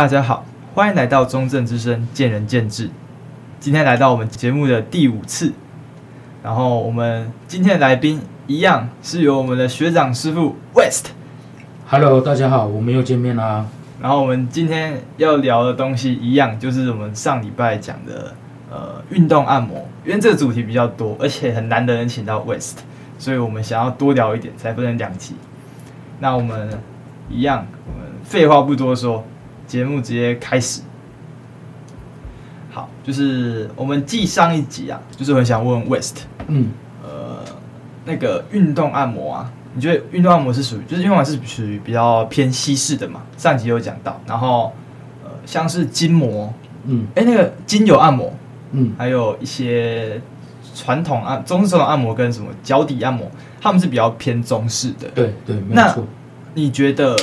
大家好，欢迎来到中正之声，见仁见智。今天来到我们节目的第5次，然后我们今天的来宾一样是由我们的学长师傅 West。Hello， 大家好，我们又见面啦。 然后我们今天要聊的东西一样，就是我们上礼拜讲的运动按摩，因为这个主题比较多，而且很难得能请到 West， 所以我们想要多聊一点，才分成2集。那我们一样，我们废话不多说，节目直接开始。好，就是我们继上一集啊，就是很想问 West， 那个运动按摩啊，你觉得运动按摩是属于，就是运动按摩是属于比较偏西式的嘛？上集有讲到，然后像是筋膜，那个精油按摩，还有一些中式传统按摩跟什么脚底按摩，他们是比较偏中式的。 对，没错。 那你觉得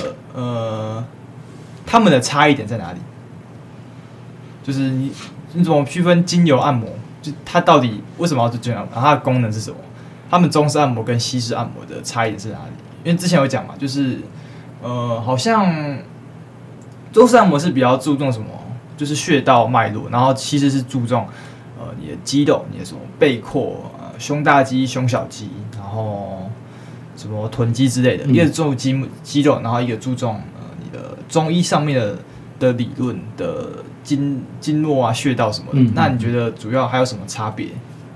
他们的差异点在哪里？就是你怎么区分精油按摩？就它到底为什么要做精油按摩？然后它的功能是什么？他们中式按摩跟西式按摩的差异点是哪里？因为之前有讲嘛，就是好像中式按摩是比较注重什么，就是穴道脉络，然后西式是注重你的肌肉，你的什么背阔、胸大肌、胸小肌，然后什么臀肌之类的，一个注重肌肉，然后一个注重你的中医上面的理论的经络啊、穴道什么的。那你觉得主要还有什么差别？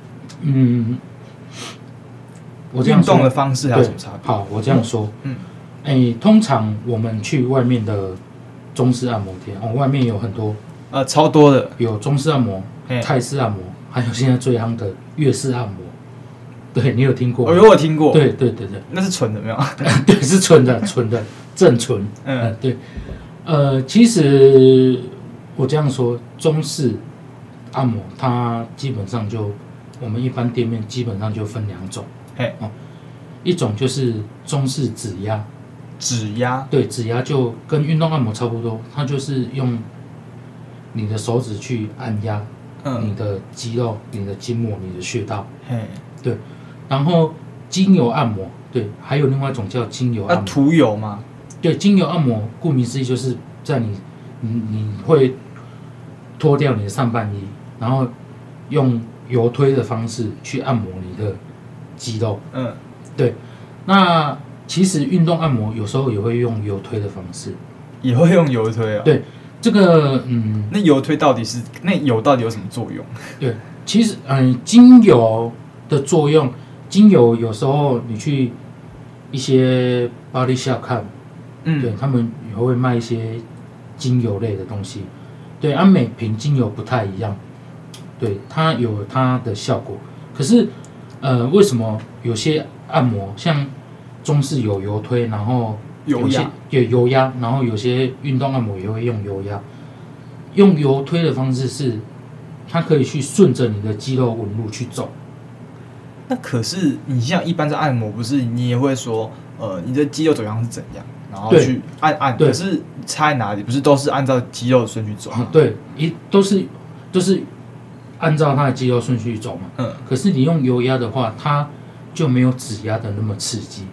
我运动的方式还有什么差别？ 好，我这样说。通常我们去外面的中式按摩店，外面有很多， 超多的， 有中式按摩、泰式按摩，还有现在最夯的粤式按摩。对，你有听过？ 我有听过。 对， 那是纯的没有？ 对，是纯的，正纯。对。其实我这样说，中式按摩它基本上我们一般店面基本上就分2种。一种就是中式指压。对，指压就跟运动按摩差不多，它就是用你的手指去按压你的肌肉、你的筋膜、你的穴道。对。然后精油按摩，对，还有另外一种叫精油按摩。 涂油吗？ 对，精油按摩顾名思义就是在你会脱掉你的上半衣，然后用油推的方式去按摩你的肌肉。对。那其实运动按摩有时候也会用油推的方式， 也会用油推啊。 对，这个那油推到底有什么作用？ 对，其实精油的作用，精油有时候你去一些 body shop 看，对，他们也会卖一些精油类的东西。对，每瓶精油不太一样，对，它有它的效果。可是为什么有些按摩像中式有油推，然后有油压，然后有些运动按摩也会用油压。用油推的方式是，它可以去顺着你的肌肉纹路去走。 那可是你像一般在按摩，不是你也会说，你的肌肉走向是怎样，然后去按。可是差在哪里？不是都是按照肌肉的顺序走吗？ 对，都是按照它的肌肉顺序走嘛。可是你用油压的话，它就没有指压的那么刺激。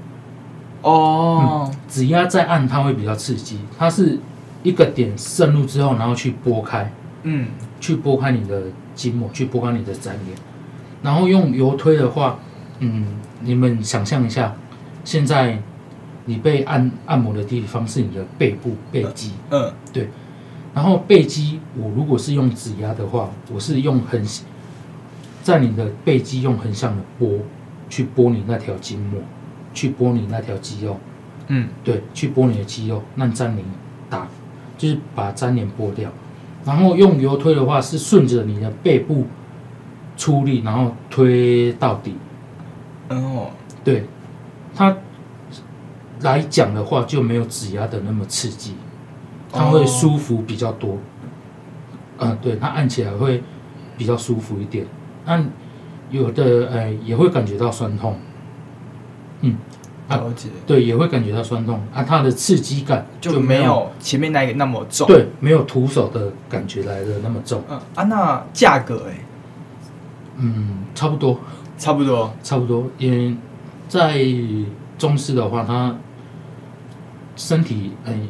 指压再按它会比较刺激，它是一个点渗入之后，然后去拨开，去拨开你的筋膜，去拨开你的粘连。然后用油推的话，你们想象一下，现在你被按摩的地方是你的背部背肌，对。然后背肌，我如果是用指压的话，我是用在你的背肌用横向的去拨你那条筋膜，去拨你那条肌肉，对，去拨你的肌肉，让粘连就是把粘连拨掉。然后用油推的话，是顺着你的背部出力，然后推到底。对，它来讲的话就没有指压的那么刺激，它会舒服比较多。对，它按起来会比较舒服一点。有的也会感觉到酸痛。 了解。 对，也会感觉到酸痛它的刺激感就没有前面那个那么重。 对，没有徒手的感觉来的那么重。 那价格差不多。因为在中式的话，它身体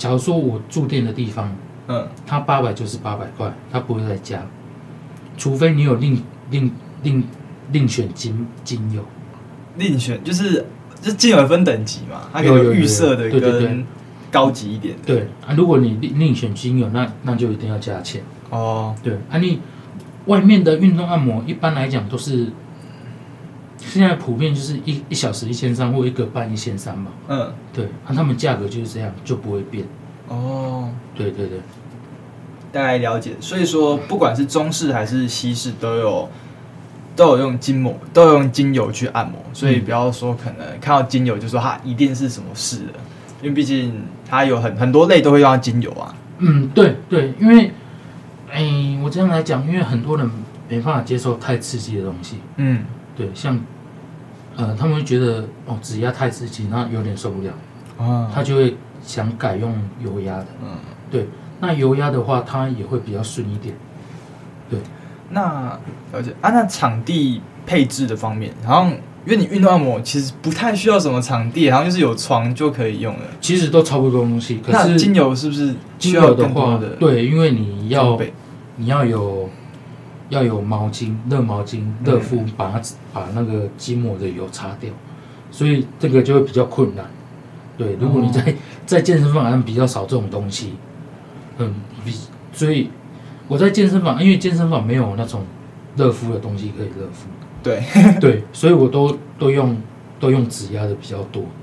假如说我住店的地方，它800就是800块，它不会再加，除非你有另选精油。 另选就是精油分等级嘛，它有预设的跟高级一点的。 对啊，如果你另选精油，那就一定要加钱。哦，对啊，你外面的运动按摩一般来讲都是现在普遍就是一小时1300或1个半1300嘛。对，他们价格就是这样，就不会变。哦，对， 大概了解。所以说，不管是中式还是西式，都有用精油去按摩，所以不要说可能看到精油就说它一定是什么事的，因为毕竟它有很多类都会用到精油啊。 对，因为我这样来讲，因为很多人没办法接受太刺激的东西。对，像他们会觉得指压太刺激，那有点受不了，他就会想改用油压的。对，那油压的话，它也会比较顺一点。对。 那了解那场地配置的方面，好像因为你运动按摩其实不太需要什么场地，好像就是有床就可以用了。 其实都差不多东西，可是那精油是不是需要更多的？ 对，因为你要有毛巾、热毛巾、热敷，把那个筋膜的油擦掉，所以这个就会比较困难。对，如果你在健身房按比较少这种东西，所以。我在健身房，因为健身房没有那种热敷的东西可以热敷，对，所以我都用指压的比较多。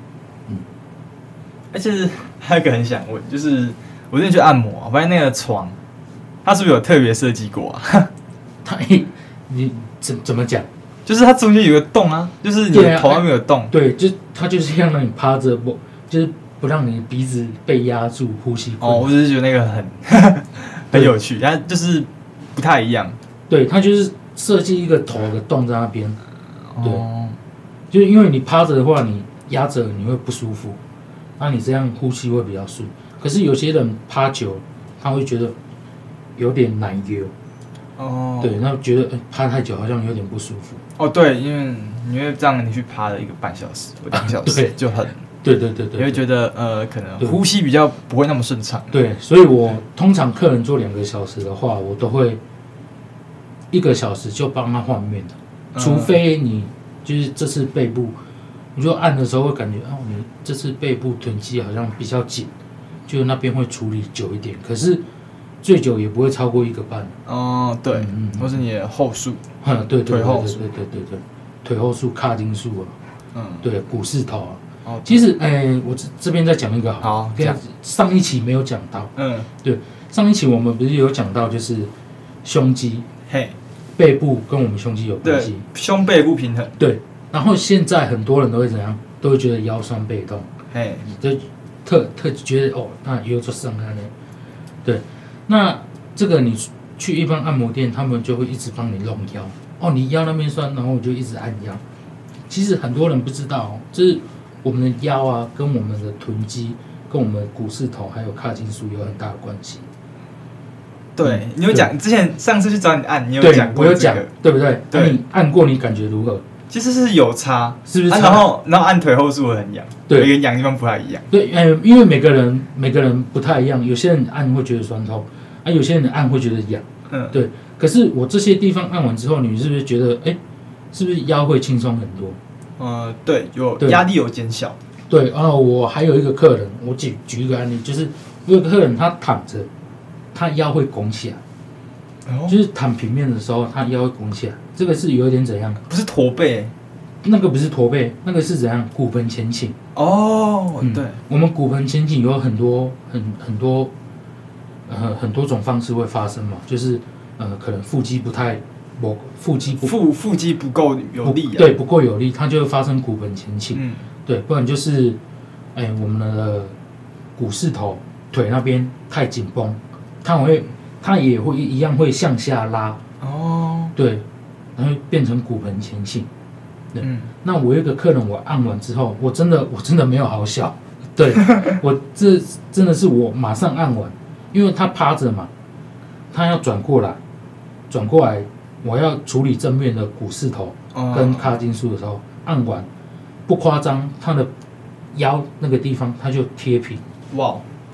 而且还有一个很想问，就是我之前去按摩，我发现那个床，它是不是有特别设计过啊？ 你怎么讲？ 就是它中间有个洞啊，就是你的头上面有洞。 对，它就是要让你趴着，就是不让你鼻子被压住，呼吸困难。 我只是觉得那个很有趣，它就是不太一样。 对，它就是设计一个头的洞在那边。对，就是因为你趴着的话，你压着你会不舒服，那你这样呼吸会比较顺。可是有些人趴久，他会觉得有点难悠。对，那觉得趴太久好像有点不舒服。 对，因为这样你去趴了1个半小时或2小时，就很。对，你会觉得可能呼吸比较不会那么顺畅。 对，所以我通常客人做2个小时的话，我都会1个小时就帮他换面的，除非你就是这次背部，你就按的时候会感觉你这次背部臀肌好像比较紧，就那边会处理久一点，可是最久也不会超过1个半。 对，或是你的后束， 对， 腿后束， 对，腿后束、髂胫束对，股四头其实，我这边再讲一个好， 上一期没有讲到，对，上一期我们不是有讲到，就是胸肌，背部跟我们胸肌有关系， 胸背不平衡， 对，然后现在很多人都会怎样，都会觉得腰酸背痛，就特觉得那腰就上来了，对，那这个你去一般按摩店，他们就会一直帮你弄腰，你腰那边酸，然后我就一直按腰，其实很多人不知道，就是我们的腰啊，跟我们的臀肌、跟我们股四头还有髂胫束有很大的关系。 对，你有讲，之前上次去找你按，你有讲过我有讲，对不对？对，你按过，你感觉如何？ 其实是有差， 是不是？ 然后按腿后束会很痒，对，每个人痒的地方不太一样。 对，因为每个人不太一样，有些人按会觉得酸痛，有些人按会觉得痒，对。可是我这些地方按完之后，你是不是觉得，是不是腰会轻松很多？ 对，有压力有减小。 对，我还有一个客人，我举一个案例，就是有一个客人他躺着，他腰会拱起来，就是躺平面的时候，他腰会拱起来，这个是有一点怎样？ 不是驼背， 那个不是驼背，那个是怎样？骨盆前倾。 对， 我们骨盆前倾有很多很多种方式会发生嘛，就是可能腹肌不够有力， 对，不够有力，它就会发生骨盆前倾。对，不然就是我们的股四头腿那边太紧绷，它也会一样会向下拉。对，然后变成骨盆前倾。对，那我有一个客人，我按完之后，我真的没有好笑。对，我这真的是我马上按完，因为他趴着嘛，他要转过来，我要处理正面的股四头跟髂胫束的时候，按完不夸张，他的腰那个地方他就贴平。 哇，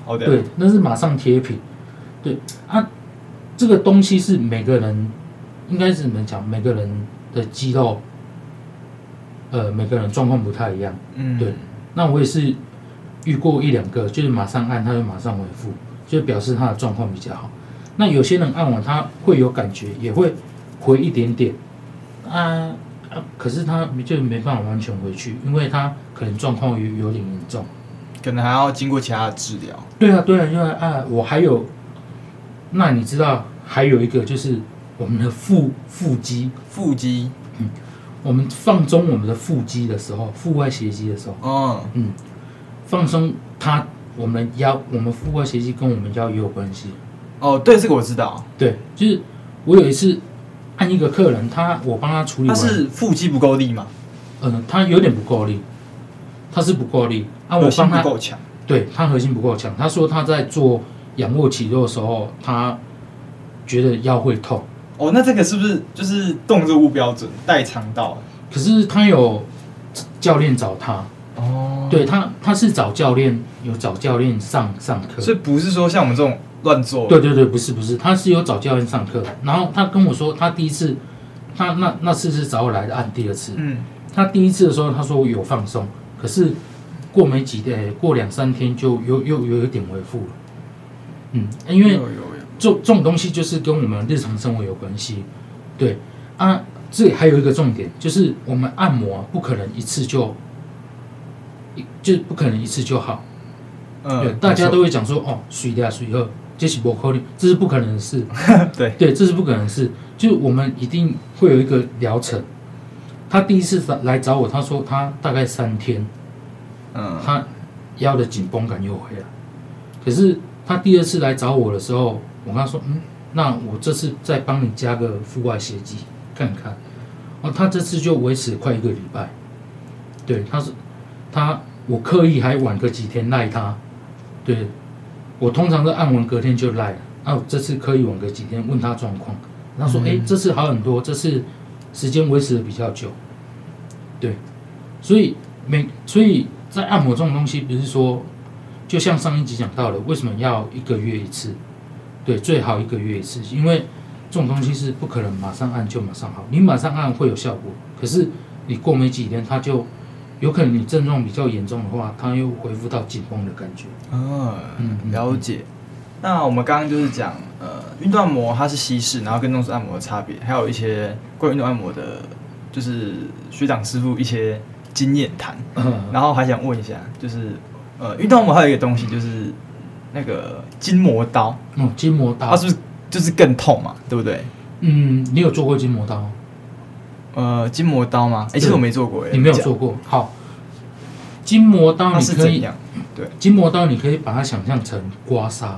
好的。 对，那是马上贴平。对啊，这个东西是每个人应该是怎么讲？每个人的肌肉，每个人状况不太一样。对。那我也是遇过1-2个，就是马上按，他就马上回复，就表示他的状况比较好。那有些人按完他会有感觉，也会回一点点，可是他就没办法完全回去，因为他可能状况有点严重， 可能还要经过其他的治疗。 对啊，因为我还有，那你知道还有一个就是我们的腹肌，我们放松我们的腹肌的时候，腹外斜肌的时候，放松它，我们腰，我们腹外斜肌跟我们腰也有关系。 哦，对，这个我知道。 对，就是我有一次按一个客人，我帮他处理完， 他是腹肌不够力吗？ 他有点不够力，他是不够力啊， 核心不够强。 对，他核心不够强。他说他在做仰卧起坐的时候，他觉得腰会痛。 哦，那这个是不是就是动作不标准，带肠道？ 可是他有教练找他。哦，对他是找教练，有找教练上课， 所以不是说像我们这种乱做。 对，不是，他是有找教练上课。然后他跟我说，他第一次，他那次是找我来按第2次。他第1次的时候，他说我有放松，可是过过2-3天就有一点恢复了。因为这种东西就是跟我们日常生活有关系。对啊，这里还有一个重点，就是我们按摩不可能一次就不可能一次就好。对，大家都会讲说水喝，这是不可能，这是不可能的事。对，这是不可能的事。就我们一定会有一个疗程。他第1次来找我，他说他大概3天，他腰的紧绷感又回来。可是他第2次来找我的时候，我跟他说，那我这次再帮你加个腹外斜肌看看。他这次就维持快1个礼拜。对，我刻意还晚个几天赖他。对，我通常都按完隔天就赖了。我这次刻意晚个几天问他状况，他说，这次好很多，这次时间维持的比较久。对，所以在按摩这种东西，不是说就像上一集讲到的，为什么要1个月1次？对，最好1个月1次，因为这种东西是不可能马上按就马上好。你马上按会有效果，可是你过没几天，它就有可能你症状比较严重的话，它又恢复到紧绷的感觉。 了解。那我们刚刚就是讲，运动按摩它是西式，然后跟中式按摩的差别，还有一些关于运动按摩的，就是学长师傅一些经验谈。然后还想问一下，就是运动按摩还有一个东西就是那个筋膜刀。 筋膜刀， 它是不是就是更痛嘛？对不对？ 你有做过筋膜刀？ 筋膜刀吗？其实我没做过。 你没有做过？好，筋膜刀你可以， 对， 筋膜刀你可以把它想象成刮痧。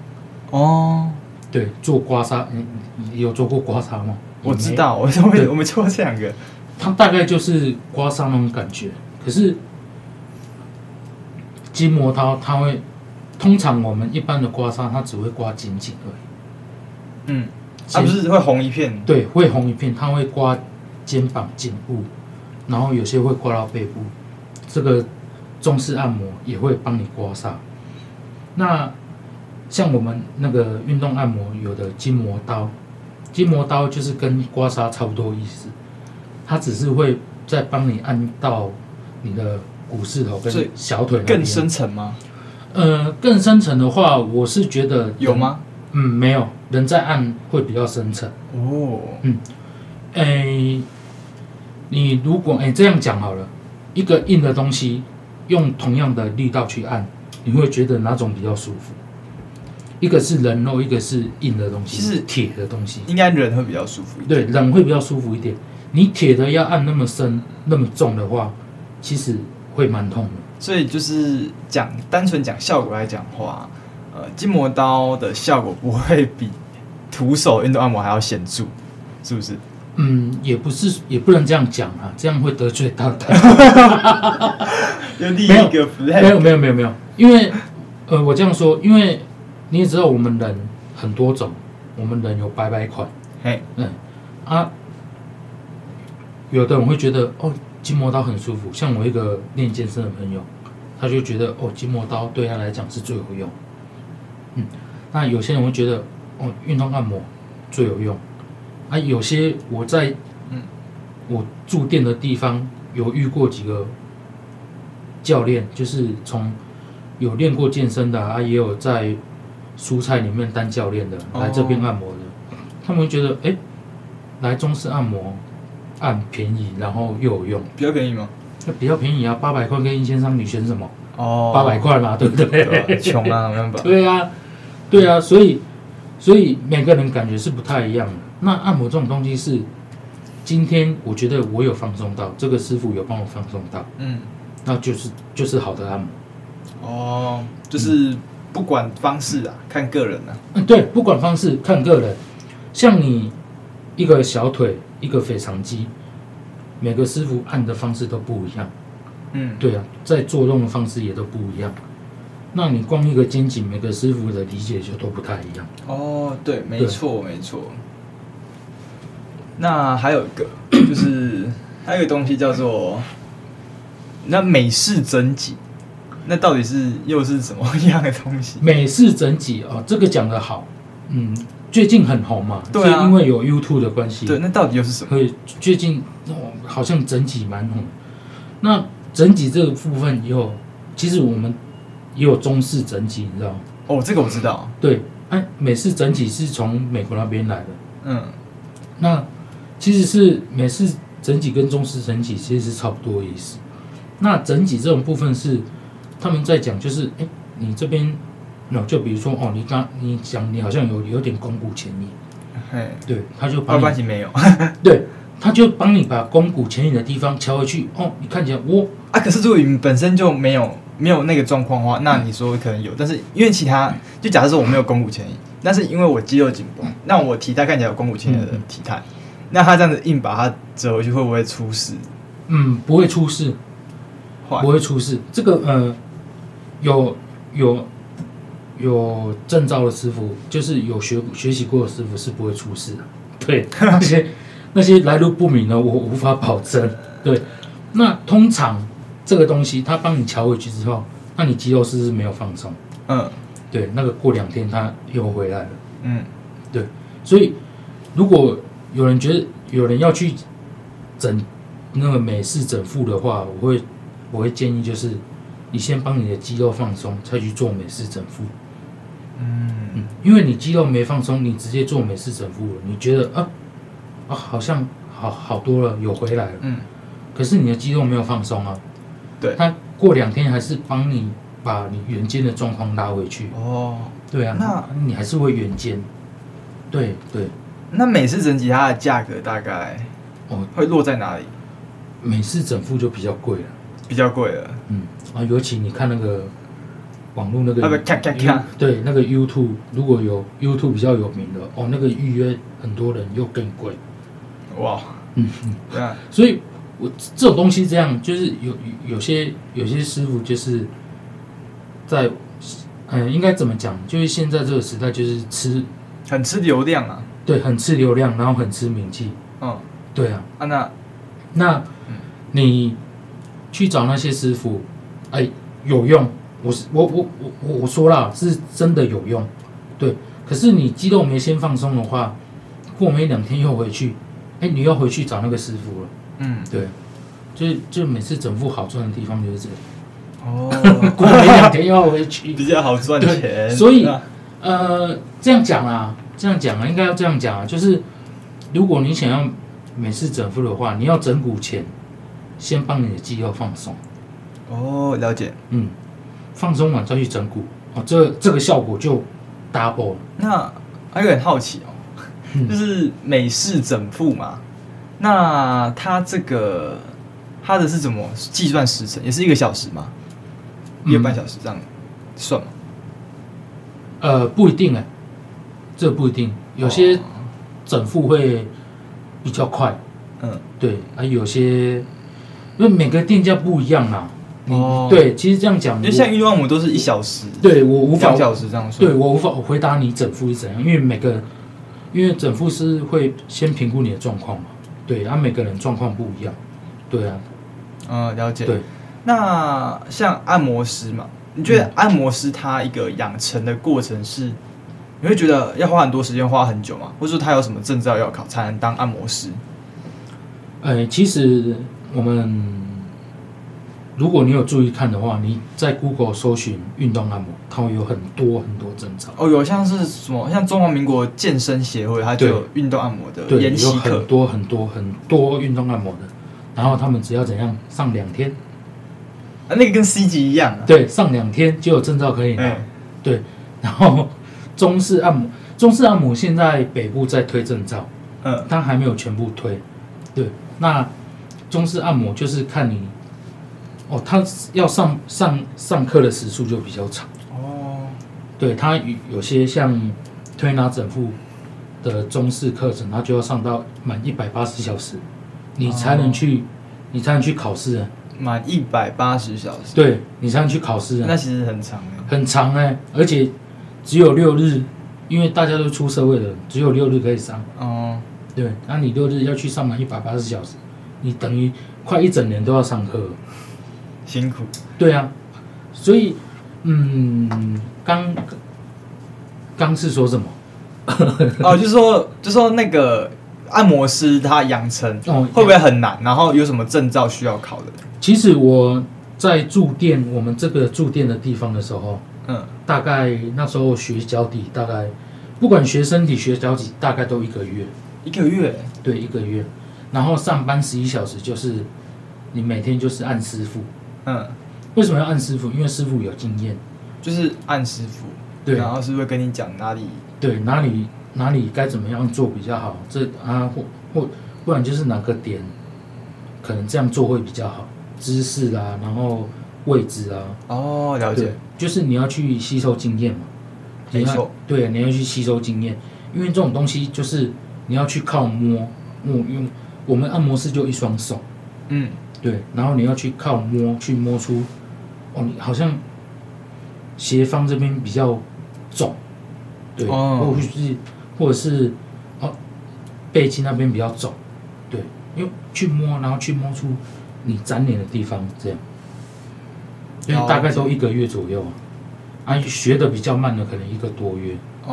对，做刮痧，你有做过刮痧吗？ 我知道，我们做过这2个。 它大概就是刮痧那种感觉，可是筋膜刀它会，通常我们一般的刮痧它只会刮紧紧而已。 它不是会红一片？ 对，会红一片，它会刮肩膀、颈部，然后有些会刮到背部。这个中式按摩也会帮你刮痧。那像我们那个运动按摩有的筋膜刀，筋膜刀就是跟刮痧差不多意思，它只是会再帮你按到你的股四头跟小腿那边。 更深层吗？ 更深层的话，我是觉得有吗？ 没有，人在按会比较深层。你如果这样讲好了，一个硬的东西用同样的力道去按，你会觉得哪种比较舒服？一个是人肉，一个是硬的东西，是铁的东西， 应该人会比较舒服一点。 对，人会比较舒服一点。你铁的要按那么深、那么重的话，其实会蛮痛的。 所以就是单纯讲效果来讲的话，筋膜刀的效果不会比徒手运动按摩还要显著，是不是？ 也不是，也不能这样讲啊，这样会得罪到大家。 有第一个 flag。 没有，因为我这样说，因为你也知道我们人很多种，我们人有百款。有的人会觉得筋膜刀很舒服，像我一个练健身的朋友，他就觉得筋膜刀对他来讲是最有用。 那有些人会觉得运动按摩最有用啊，有些我在我住店的地方有遇过几个教练，就是从有练过健身的啊，也有在蔬菜里面当教练的来这边按摩的，他们会觉得来中式按摩按便宜，然后又有用， 比较便宜吗？ 比较便宜啊，800块跟1300，你选什么？800块嘛，对不对？ 穷啊，没办法。 对啊，所以每个人感觉是不太一样的。那按摩这种东西是，今天我觉得我有放松到，这个师傅有帮我放松到，那就是好的按摩。 就是不管方式啊，看个人啊。 对，不管方式看个人。像你一个小腿，一个腓肠肌，每个师傅按的方式都不一样。对啊，在做动的方式也都不一样。那你光一个肩颈，每个师傅的理解就都不太一样。 对，没错。那还有一个就是还有一个东西叫做那美式整脊，那到底又是什么样的东西？ 美式整脊这个讲得好，最近很红嘛， 对啊， 因为有 YouTube 的关系。 对，那到底又是什么？ 最近好像整脊蛮红。那整脊这个部分其实我们也有中式整脊，你知道吗？ 这个我知道。 对，美式整脊是从美国那边来的。那其实是美式整脊跟中式整脊其实是差不多的意思。那整脊这种部分是他们在讲，就是你这边就比如说你讲你好像有点肱骨前移，对，他就帮你没有， 对，他就帮你把肱骨前移的地方敲回去。你看起来可是如果你本身就没有那个状况的话，那你说可能有，但是因为其他就假设说我没有肱骨前移，但是因为我肌肉紧绷，那我体态看起来有肱骨前移的体态，那他这样子硬把它折回去会不会出事？ 不会出事，不会出事。这个有证照的师傅，就是有学习过的师傅是不会出事的。对，那些来路不明的，我无法保证。对，那通常这个东西他帮你调回去之后，那你肌肉是不是没有放松？对，那个过2天他又回来了。对，所以如果有人觉得有人要去整那个美式整腹的话，我会建议就是你先帮你的肌肉放松，再去做美式整腹。因为你肌肉没放松，你直接做美式整腹了，你觉得好像好多了，有回来了。可是你的肌肉没有放松啊。 对， 他过2天还是帮你把你圆肩的状况拉回去。对啊，那你还是会圆肩。对。 那美式整脊它的价格大概会落在哪里？ 美式整腹就比较贵了。 比较贵了。 尤其你看那个网络那个对，那个 YouTube 如果有 YouTube 比较有名的那个预约很多人又更贵。 哇。对啊。 所以我这种东西这样，就是有些师傅就是在应该怎么讲？就是现在这个时代就是很吃流量啊。 对，很吃流量，然后很吃名气。对啊。那你去找那些师傅，有用。我说啦，是真的有用。对，可是你肌肉没先放松的话，过没2天又回去，你又回去找那个师傅了。对，就每次整副好赚的地方就是这里。过没2天又要回去， 比较好赚钱。 所以这样讲啊，应该要这样讲啊，就是如果你想要美式整腹的话，你要整骨前先帮你的肌肉放松。 了解。 放松完再去整骨，这个效果就 double 了。 那还有点好奇就是美式整腹嘛，那它的是怎么计算时程？也是1个小时吗？1个半小时这样算吗？ 不一定这不一定，有些整腹会比较快。对有些因为每个店家不一样啦。对，其实这样讲， 因为现在运动按摩都是1小时， 对我无法 2小时这样算， 对我无法回答你整腹是怎样，因为整腹是会先评估你的状况嘛，对，每个人状况不一样，对啊， 了解。 对， 那像按摩师嘛， 你觉得按摩师他一个养成的过程是，你会觉得要花很多时间，花很久吗？或者说他有什么证照要考才能当按摩师？ 其实我们如果你有注意看的话，你在 Google 搜寻运动按摩，它会有很多很多证照。 有像是什么，像中华民国健身协会，它就有运动按摩的研习课， 有很多很多很多运动按摩的。然后他们只要怎样上2天， 那个跟 C 级一样啊。 对，上2天就有证照可以拿。对，然后中式按摩现在北部在推证照，但还没有全部推。对，那中式按摩就是看你，他要上课的时数就比较长。对，他有些像推拿整复的中式课程，他就要上到满180小时。你才能去考试啊！ 满180小时， 对你才能去考试啊！ 那其实很长很长而且只有6日，因为大家都出社会了，只有6日可以上。对，那你6日要去上满180小时，你等于快1整年都要上课， 辛苦。 对啊，所以刚是说什么？ 就说那个。按摩师他养成会不会很难？然后有什么证照需要考的？ 其实我在驻店，我们这个驻店的地方的时候，大概那时候学脚底，大概不管学身体学脚底，大概都1个月。 1个月？ 对，1个月。然后上班11小时，就是你每天就是按师傅。为什么要按师傅？因为师傅有经验， 就是按师傅。对，然后是会跟你讲哪里？ 对，哪里该怎么样做比较好？或不然就是哪个点可能这样做会比较好，姿势啦，然后位置啊。 了解。 就是你要去吸收经验嘛。 没错。 对，你要去吸收经验，因为这种东西就是你要去靠摸，因为我们按摩师就一双手。对，然后你要去靠摸，去摸出，你好像斜方这边比较肿，对，或者是背肌那边比较肿，对，因为去摸，然后去摸出你粘连的地方，这样，因为大概都1个月左右学的比较慢的可能1个多月。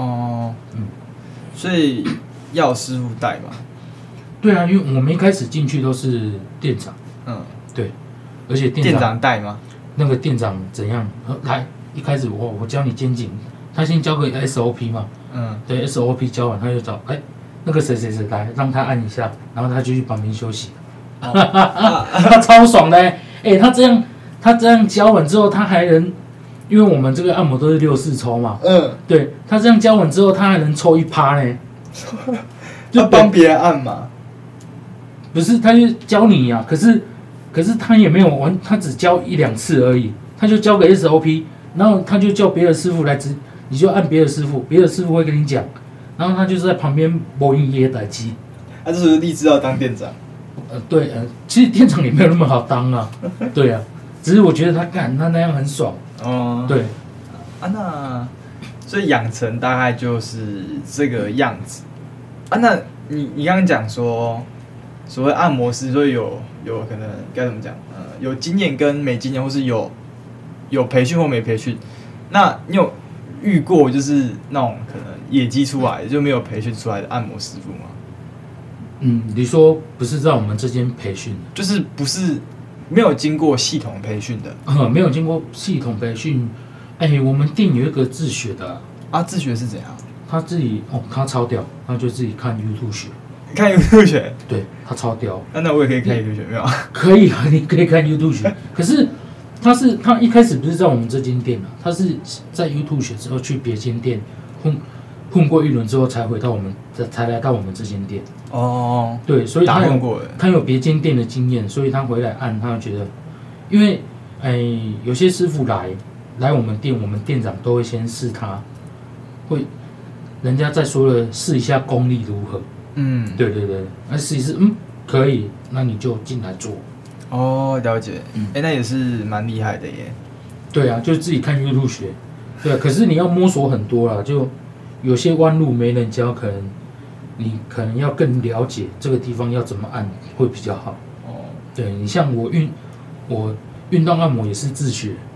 所以要师傅带嘛？ 对啊，因为我们一开始进去都是店长，对，而且店长带吗？ 那个店长怎样？来，一开始我教你肩颈，他先教个 SOP 嘛，对 SOP 教完他就找那个谁来让他按一下，然后他就去旁边休息，他超爽的他这样教完之后，他还能，因为我们这个按摩都是64抽嘛，对他这样教完之后，他还能抽1%呢， 就帮别人按嘛， 不是他就教你啊，可是他也没有玩，他只教1-2次而已，他就教个 SOP， 然后他就叫别的师傅来你就按别的师傅会跟你讲，然后他就是在旁边播音乐台机。 他就是立志要当店长。 对，其实店长也没有那么好当啊，对啊，只是我觉得他那样很爽。对。 那所以养成大概就是这个样子。那你刚刚讲说，所谓按摩师，所以有可能该怎么讲？有经验跟没经验，或是有培训或没培训。那你有遇过就是那种可能野鸡出来就没有培训出来的按摩师傅吗？ 你说不是在我们这间培训， 就是不是没有经过系统培训的？ 没有经过系统培训。我们店有一个自学的自学是怎样？ 他自己他超屌，他就自己看 YouTube 学。 看 YouTube 学？ 对，他超屌。 那我也可以看 YouTube 学没有？ 可以啊，你可以看 YouTube 学。可是他一开始不是在我们这间店他是在 YouTube 学之后去别间店混过一轮之后才来到我们这间店。对，所以他有别间店的经验，所以他回来按，他觉得，因为有些师傅来我们店，我们店长都会先试他，人家再说了试一下功力如何。对，那试一试，可以，那你就进来做。 了解。那也是蛮厉害的耶。 对啊，就自己看YouTube学。对啊，可是你要摸索很多啦，就有些弯路没人教，你可能要更了解这个地方要怎么按会比较好。对，你像我运动按摩也是自学，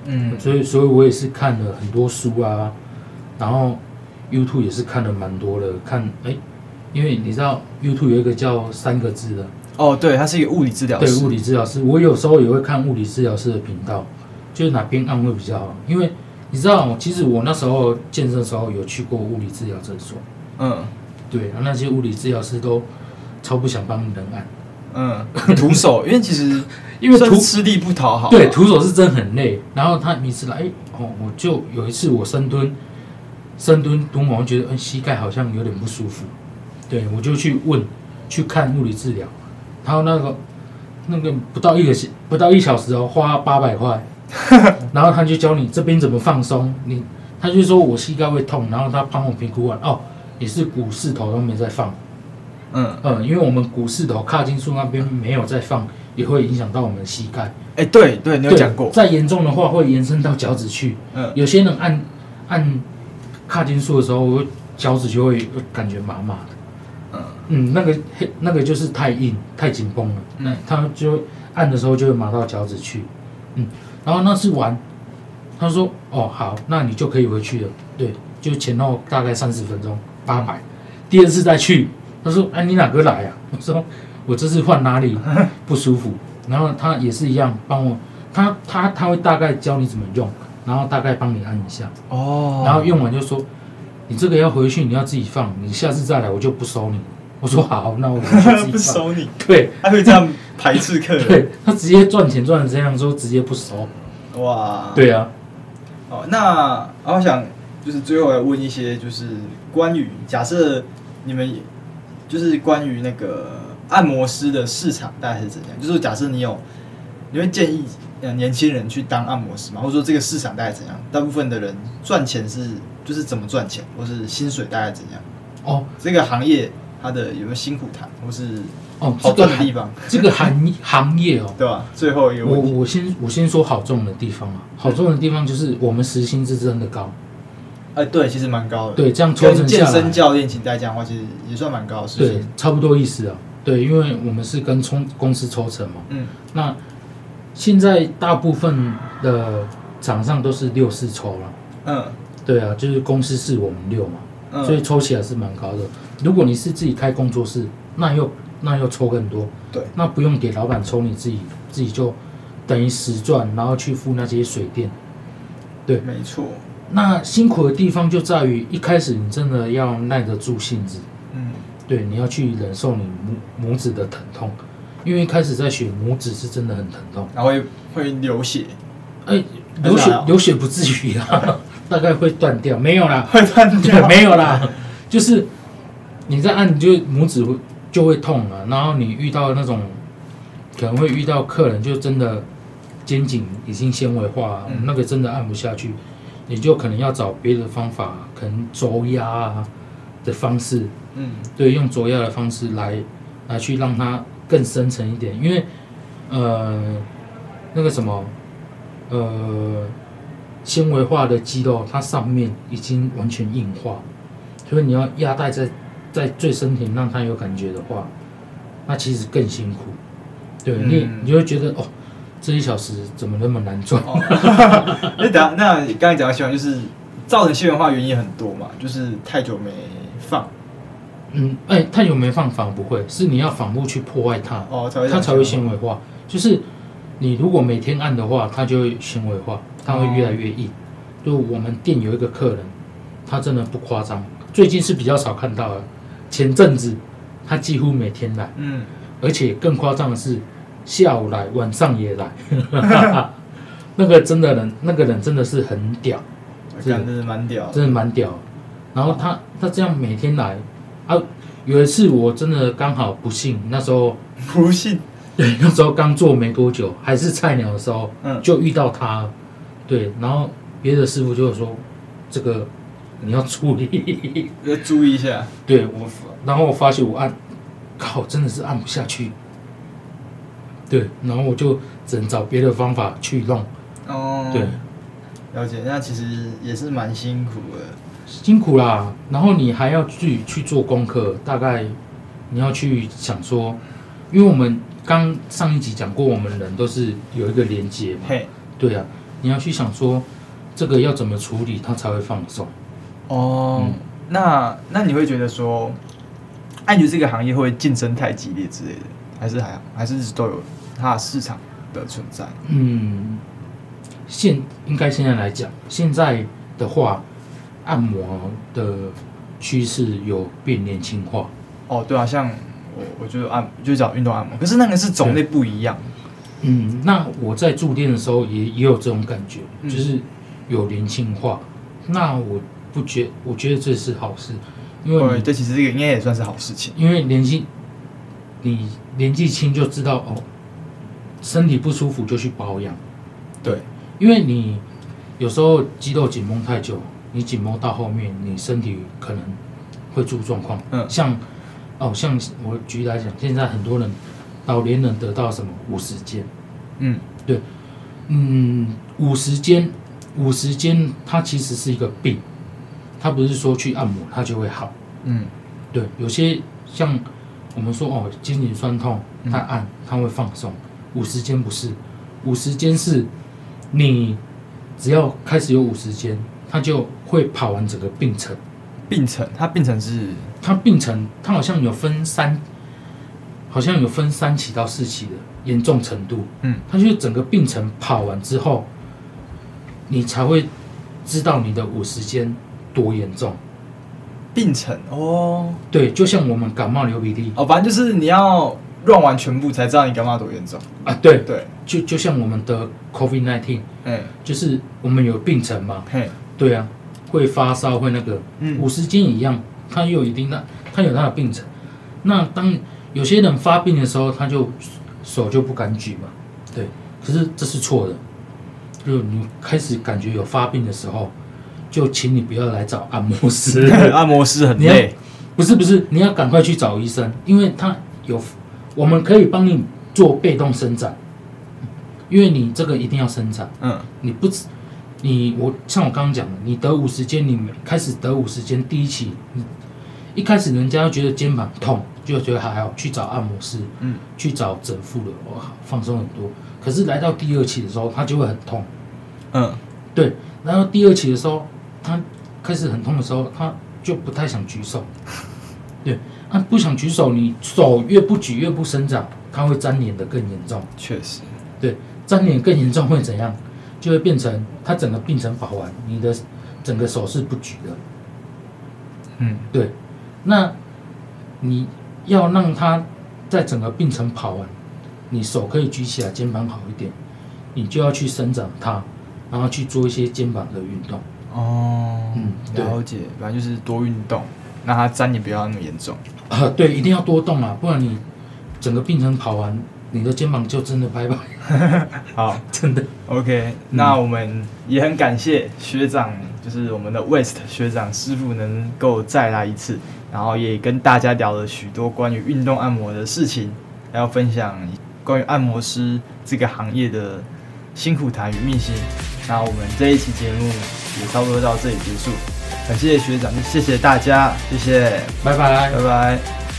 所以我也是看了很多书啊，然后 YouTube 也是看了蛮多的，因为你知道 YouTube 有一个叫3个字的。 哦，对，他是一个物理治疗师。 对，物理治疗师，我有时候也会看物理治疗师的频道，就是哪边按会比较好。因为你知道，其实我那时候健身的时候有去过物理治疗诊所。对，那些物理治疗师都超不想帮人按。 徒手，因为其实吃力不讨好。 对，徒手是真的很累。然后他每次来，我就有一次我深蹲蹲完，觉得膝盖好像有点不舒服。对，我就去看物理治疗。然后那个不到1小时哦，花800块，然后他就教你这边怎么放松，他就说我膝盖会痛，然后他帮我评估完，也是股四头都没在放，因为我们股四头髂胫束那边没有在放，也会影响到我们的膝盖。 对，你有讲过， 再严重的话会延伸到脚趾去。有些人按髂胫束的时候，脚趾就会感觉麻麻的。那个就是太硬太紧绷了，他就按的时候就会麻到脚趾去，然后那次完，他说好，那你就可以回去了，对，就前后大概30分钟，800。第二次再去，他说你哪个来啊？我说我这次换哪里不舒服，然后他也是一样帮我，他会大概教你怎么用，然后大概帮你按一下，然后用完就说你这个要回去，你要自己放，你下次再来我就不收你。我说好，那我就自己放。 不收你， 对， 他会这样排斥客人。 对，他直接赚钱赚成这样，说直接不收。 哇， 对啊。 那我想就是最后来问一些，就是关于假设你们就是关于那个按摩师的市场大概是怎样？就是假设你会建议年轻人去当按摩师吗？或者说这个市场大概怎样？大部分的人赚钱就是怎么赚钱，或是薪水大概怎样？这个行业。它的有没有辛苦谈，或是好赚的地方？ 这个行业对吧？最后一个问题， 我先说好赚的地方啊。好赚的地方就是我们时薪是真的高。 对，其实蛮高的。 对，这样抽成下来， 跟健身教练来讲的话，其实也算蛮高的。 对，差不多意思啊。对，因为我们是跟公司抽成嘛。那现在大部分的厂商都是6-4抽了。对啊，就是公司4我们6嘛。所以抽起来是蛮高的。如果你是自己开工作室，那又抽更多。 对， 那不用给老板抽，你自己就等于实赚，然后去付那些水电。对， 没错。 那辛苦的地方就在于一开始你真的要耐得住性子。对，你要去忍受你拇指的疼痛，因为一开始在学拇指是真的很疼痛， 然后会流血。 流血不至于啦。大概会断掉，没有啦， 会断掉， 没有啦，就是你在按，你就拇指就会痛了，然后你遇到那种可能会遇到客人就真的肩颈已经纤维化，那个真的按不下去，你就可能要找别的方法，可能肘压的方式，对，用肘压的方式来去让它更深层一点，因为那个什么纤维化的肌肉，它上面已经完全硬化，所以你要压带在最深层，让它有感觉的话，那其实更辛苦。对，你就会觉得这1小时怎么那么难赚？ 那你刚才讲的纤维就是造成纤维化原因很多嘛，就是太久没放。 太久没放反而不会，是你要反复去破坏它，它才会纤维化。就是你如果每天按的话，它就会纤维化。它会越来越硬。就我们店有一个客人，他真的不夸张，最近是比较少看到了。前阵子他几乎每天来，而且更夸张的是，下午来，晚上也来。那个人真的是很屌， 真的蛮屌， 真的蛮屌。然后他这样每天来有一次我真的刚好不幸，那时候不幸， 对，那时候刚做没多久，还是菜鸟的时候，就遇到他。对，然后别的师傅就说：“这个你要注意， 要注意一下。” 对然后我发现我靠，真的是按不下去。对，然后我就只能找别的方法去弄。对， 了解。那其实也是蛮辛苦的， 辛苦啦。然后你还要去做功课，大概你要去想说，因为我们刚上一集讲过，我们人都是有一个连接嘛。对啊。 你要去想说这个要怎么处理，它才会放松。 那你会觉得说，按觉这个行业会竞争太激烈之类的，还是还好，还是一直都有它的市场的存在？ 应该现在来讲，现在的话，按摩的趋势有变年轻化。 对啊，像我觉得就找运动按摩，可是那个是种类不一样。 那我在驻店的时候也有这种感觉，就是有年轻化。那我觉得这是好事，因为这其实这个应该也算是好事情。 因为你年纪轻就知道身体不舒服就去保养。 对， 因为你有时候肌肉紧绷太久，你紧绷到后面，你身体可能会出状况。像我举例来讲，现在很多人老年人得到什么50肩。对，50肩它其实是一个病，它不是说去按摩它就会好。对，有些像我们说肩颈酸痛，它按它会放松。50肩不是，50肩是你只要开始有50肩，它就会跑完整个病程。它病程它好像有分3期到4期的严重程度。它就是整个病程跑完之后，你才会知道你的50肩多严重。 病程对，就像我们感冒流鼻涕反正就是你要乱完全部才知道你感冒多严重啊。对，就像我们的 COVID-19，就是我们有病程嘛。对啊，会发烧，会那个50肩一样，它有它有它的病程。那当有些人发病的时候，他就手就不敢举嘛。对，可是这是错的。就你开始感觉有发病的时候，就请你不要来找按摩师。 按摩师很累。 不是，你要赶快去找医生，因为我们可以帮你做被动伸展，因为你这个一定要伸展。像我刚刚讲的，你得50肩，你开始得50肩第一期，一开始人家觉得肩膀痛，就觉得还好，去找按摩师，去找整复的，放松很多。可是来到第2期的时候，他就会很痛。对，然后第2期的时候，他开始很痛的时候，他就不太想举手。对，不想举手，你手越不举越不伸展，它会粘连的更严重。 确实， 对，粘连更严重会怎样？就会变成它整个病程跑完，你的整个手是不举的。对，那你要让它在整个病程跑完，你手可以举起来，肩膀好一点，你就要去伸展它，然后去做一些肩膀的运动。 了解，反正就是多运动，让它粘连不要那么严重。 对，一定要多动啊，不然你整个病程跑完，你的肩膀就真的拜拜。 好， 真的。 OK，那我们也很感谢学长，就是我们的 West 学长师傅能够再来一次，然后也跟大家聊了许多关于运动按摩的事情，还要分享关于按摩师这个行业的辛苦谈与秘辛。那我们这一期节目也差不多到这里结束，很谢谢学长，谢谢大家，谢谢， 拜拜， 拜拜。